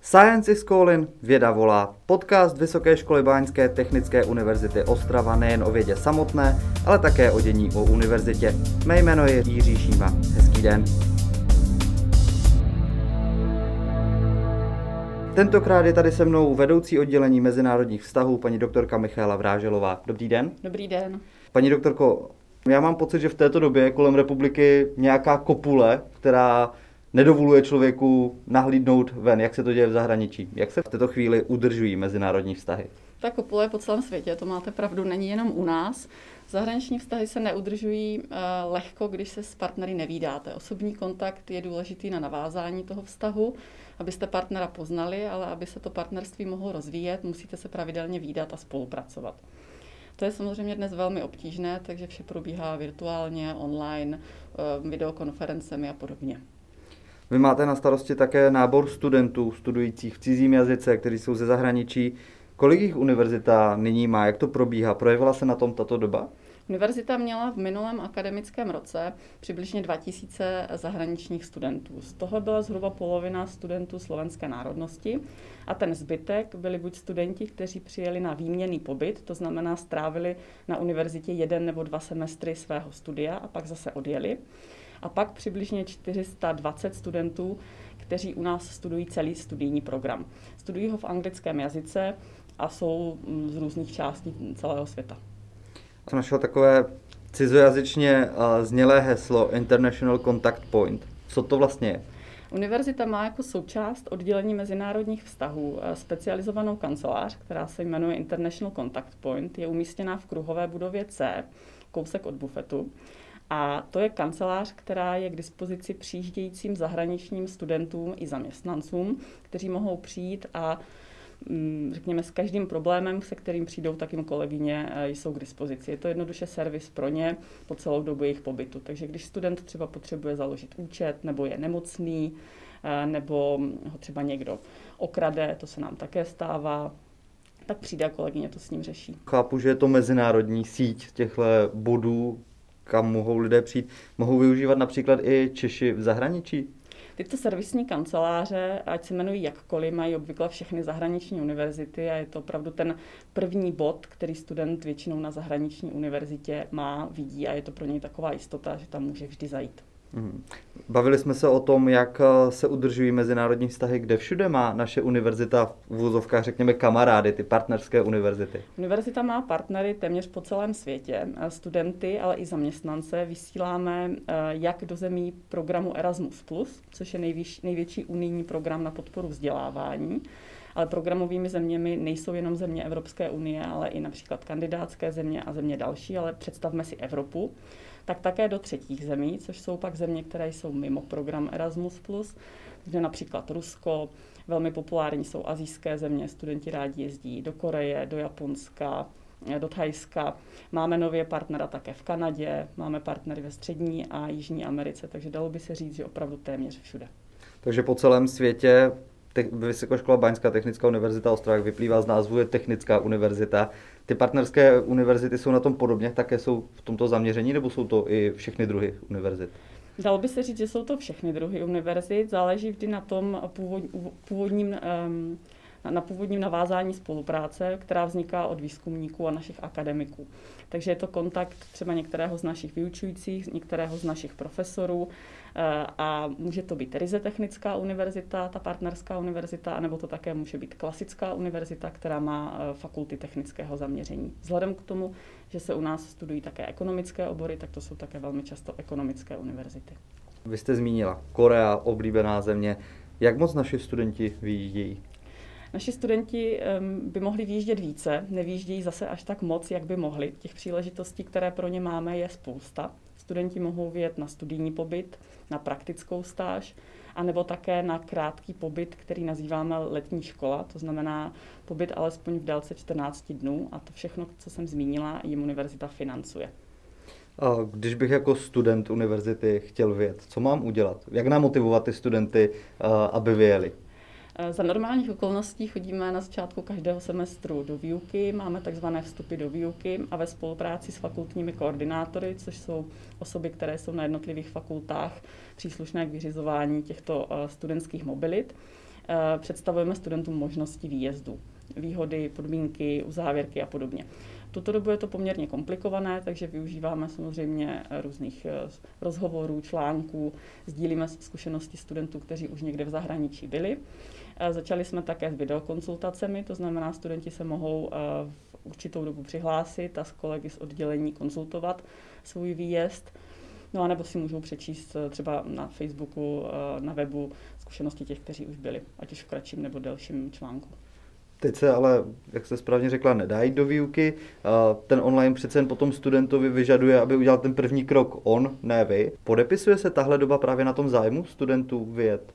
Science is calling, věda volá. Podcast Vysoké školy báňské technické univerzity Ostrava nejen o vědě samotné, ale také o dění o univerzitě. Mé jméno je Jiří Šíma. Hezký den. Tentokrát je tady se mnou vedoucí oddělení mezinárodních vztahů, paní doktorka Michaela Vráželová. Dobrý den. Dobrý den. Paní doktorko, já mám pocit, že v této době je kolem republiky nějaká kopule, která nedovoluje člověku nahlídnout ven, jak se to děje v zahraničí. Jak se v této chvíli udržují mezinárodní vztahy? Ta kopule je po celém světě, to máte pravdu, není jenom u nás. Zahraniční vztahy se neudržují lehko, když se s partnery nevídáte. Osobní kontakt je důležitý na navázání toho vztahu, abyste partnera poznali, ale aby se to partnerství mohlo rozvíjet, musíte se pravidelně vídat a spolupracovat. To je samozřejmě dnes velmi obtížné, takže vše probíhá virtuálně, online, videokonferencemi a podobně. Vy máte na starosti také nábor studentů studujících v cizím jazyce, kteří jsou ze zahraničí. Kolik jich univerzita nyní má? Jak to probíhá? Projevila se na tom tato doba? Univerzita měla v minulém akademickém roce přibližně 2000 zahraničních studentů. Z toho byla zhruba polovina studentů slovenské národnosti a ten zbytek byli buď studenti, kteří přijeli na výměnný pobyt, to znamená strávili na univerzitě 1 nebo 2 semestry svého studia a pak zase odjeli. A pak přibližně 420 studentů, kteří u nás studují celý studijní program. Studují ho v anglickém jazyce a jsou z různých částí celého světa. Jsem našel takové cizojazyčně znělé heslo International Contact Point. Co to vlastně je? Univerzita má jako součást oddělení mezinárodních vztahů specializovanou kancelář, která se jmenuje International Contact Point. Je umístěná v kruhové budově C, kousek od bufetu. A to je kancelář, která je k dispozici přijíždějícím zahraničním studentům i zaměstnancům, kteří mohou přijít a řekněme s každým problémem, se kterým přijdou, tak jim kolegyně jsou k dispozici. Je to jednoduše servis pro ně po celou dobu jejich pobytu. Takže když student třeba potřebuje založit účet, nebo je nemocný, nebo ho třeba někdo okrade, to se nám také stává, tak přijde a kolegyně to s ním řeší. Chápu, že je to mezinárodní síť těchto bodů, kam mohou lidé přijít. Mohou využívat například i Češi v zahraničí? Tyto servisní kanceláře, ať se jmenují jakkoliv, mají obvykle všechny zahraniční univerzity a je to opravdu ten první bod, který student většinou na zahraniční univerzitě má, vidí a je to pro něj taková jistota, že tam může vždy zajít. Bavili jsme se o tom, jak se udržují mezinárodní vztahy, kde všude má naše univerzita v uvozovkách, řekněme, kamarády, ty partnerské univerzity. Univerzita má partnery téměř po celém světě. Studenty, ale i zaměstnance vysíláme jak do zemí programu Erasmus+, což je největší unijní program na podporu vzdělávání, ale programovými zeměmi nejsou jenom země Evropské unie, ale i například kandidátské země a země další, ale představme si Evropu. Tak také do třetích zemí, což jsou pak země, které jsou mimo program Erasmus+, kde například Rusko, velmi populární jsou asijské země, studenti rádi jezdí do Koreje, do Japonska, do Thajska. Máme nově partnera také v Kanadě, máme partnery ve Střední a Jižní Americe, takže dalo by se říct, že opravdu téměř všude. Takže po celém světě Vysoká škola báňská technická univerzita Ostrava, vyplývá z názvu, je technická univerzita. Ty partnerské univerzity jsou na tom podobně, také jsou v tomto zaměření, nebo jsou to i všechny druhy univerzit? Dalo by se říct, že jsou to všechny druhy univerzit, záleží vždy na tom původním navázání spolupráce, která vzniká od výzkumníků a našich akademiků. Takže je to kontakt třeba některého z našich vyučujících, některého z našich profesorů a může to být ryze technická univerzita, ta partnerská univerzita, anebo to také může být klasická univerzita, která má fakulty technického zaměření. Vzhledem k tomu, že se u nás studují také ekonomické obory, tak to jsou také velmi často ekonomické univerzity. Vy jste zmínila Korea, oblíbená země. Jak moc naši studenti vyjíždějí? Naši studenti by mohli vyjíždět více, nevyjíždějí zase až tak moc, jak by mohli. Těch příležitostí, které pro ně máme, je spousta. Studenti mohou vyjet na studijní pobyt, na praktickou stáž, anebo také na krátký pobyt, který nazýváme letní škola, to znamená pobyt alespoň v délce 14 dnů a to všechno, co jsem zmínila, jim univerzita financuje. Když bych jako student univerzity chtěl vyjet, co mám udělat? Jak namotivovat ty studenty, aby vyjeli? Za normálních okolností chodíme na začátku každého semestru do výuky, máme takzvané vstupy do výuky a ve spolupráci s fakultními koordinátory, což jsou osoby, které jsou na jednotlivých fakultách příslušné k vyřizování těchto studentských mobilit, představujeme studentům možnosti výjezdu, výhody, podmínky, uzávěrky a podobně. Tuto dobu je to poměrně komplikované, takže využíváme samozřejmě různých rozhovorů, článků, sdílíme zkušenosti studentů, kteří už někde v zahraničí byli. Začali jsme také s videokonzultacemi, to znamená, studenti se mohou v určitou dobu přihlásit a s kolegy z oddělení konzultovat svůj výjezd. No a nebo si můžou přečíst třeba na Facebooku, na webu zkušenosti těch, kteří už byli, ať už v kratším nebo delším článku. Teď se ale, jak jste správně řekla, nedá jít do výuky. Ten online přece jen potom studentovi vyžaduje, aby udělal ten první krok on, ne vy. Podepisuje se tahle doba právě na tom zájmu studentů vyjet?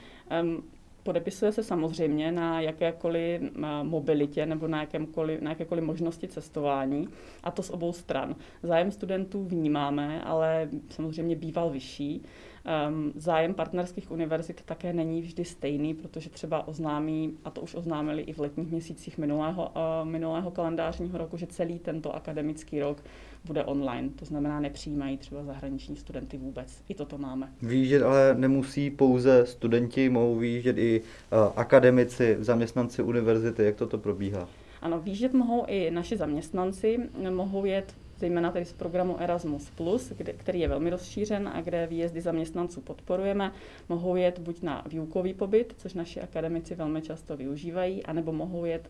Podepisuje se samozřejmě na jakékoliv mobilitě nebo na jakékoliv možnosti cestování, a to z obou stran. Zájem studentů vnímáme, ale samozřejmě býval vyšší. Zájem partnerských univerzit také není vždy stejný, protože třeba oznámí, a to už oznámili i v letních měsících minulého kalendářního roku, že celý tento akademický rok bude online. To znamená, nepřijímají třeba zahraniční studenty vůbec. I toto máme. Výjíždět ale nemusí pouze studenti, mohou výjíždět i akademici, zaměstnanci univerzity. Jak toto probíhá? Ano, výjíždět mohou i naši zaměstnanci, mohou jet zejména tedy z programu Erasmus+, který je velmi rozšířen a kde výjezdy zaměstnanců podporujeme. Mohou jet buď na výukový pobyt, což naši akademici velmi často využívají, anebo mohou jet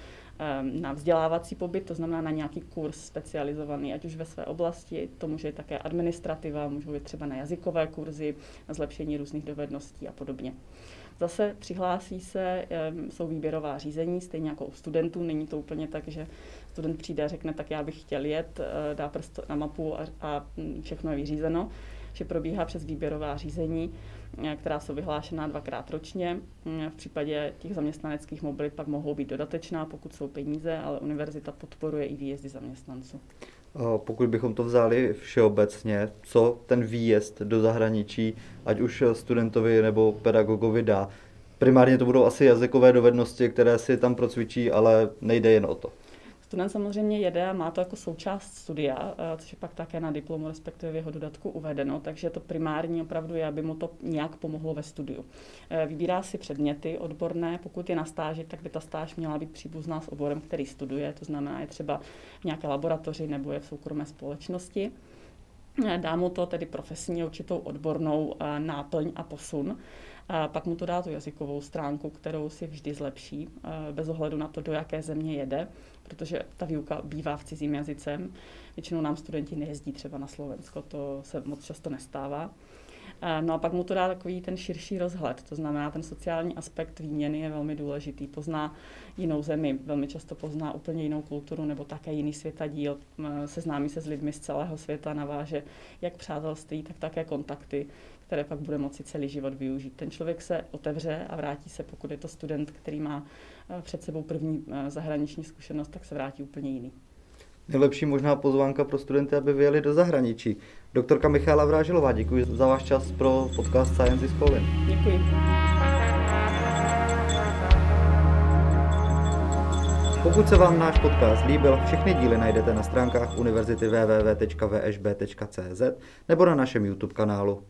na vzdělávací pobyt, to znamená na nějaký kurz specializovaný, ať už ve své oblasti, to může jít také administrativa, můžou jít třeba na jazykové kurzy, na zlepšení různých dovedností a podobně. Zase přihlásí se, jsou výběrová řízení, stejně jako u studentů. Není to úplně tak, že student přijde a řekne, tak já bych chtěl jet, dá prst na mapu a všechno je vyřízeno. Že probíhá přes výběrová řízení, která jsou vyhlášená 2krát ročně. V případě těch zaměstnaneckých mobilit pak mohou být dodatečná, pokud jsou peníze, ale univerzita podporuje i výjezdy zaměstnanců. Pokud bychom to vzali všeobecně, co ten výjezd do zahraničí, ať už studentovi nebo pedagogovi dá? Primárně to budou asi jazykové dovednosti, které si tam procvičí, ale nejde jen o to. Student samozřejmě jede a má to jako součást studia, což je pak také na diplomu, respektive v jeho dodatku uvedeno, takže to primární opravdu je, aby mu to nějak pomohlo ve studiu. Vybírá si předměty odborné, pokud je na stáži, tak by ta stáž měla být příbuzná s oborem, který studuje, to znamená, je třeba v nějaké laboratoři nebo je v soukromé společnosti. Dá mu to tedy profesní určitou odbornou náplň a posun. A pak mu to dá tu jazykovou stránku, kterou si vždy zlepší, bez ohledu na to, do jaké země jede, protože ta výuka bývá v cizím jazycem. Většinou nám studenti nejezdí třeba na Slovensko, to se moc často nestává. No a pak mu to dá takový ten širší rozhled, to znamená, ten sociální aspekt výměny je velmi důležitý. Pozná jinou zemi, velmi často pozná úplně jinou kulturu nebo také jiný světadíl, seznámí se s lidmi z celého světa, naváže jak přátelství, tak také kontakty, které pak bude moci celý život využít. Ten člověk se otevře a vrátí se, pokud je to student, který má před sebou první zahraniční zkušenost, tak se vrátí úplně jiný. Nejlepší možná pozvánka pro studenty, aby vyjeli do zahraničí. Doktorka Michála Vrážilová, děkuji za váš čas pro podcast Science is Calling. Děkuji. Pokud se vám náš podcast líbil, všechny díly najdete na stránkách univerzity www.všb.cz nebo na našem YouTube kanálu.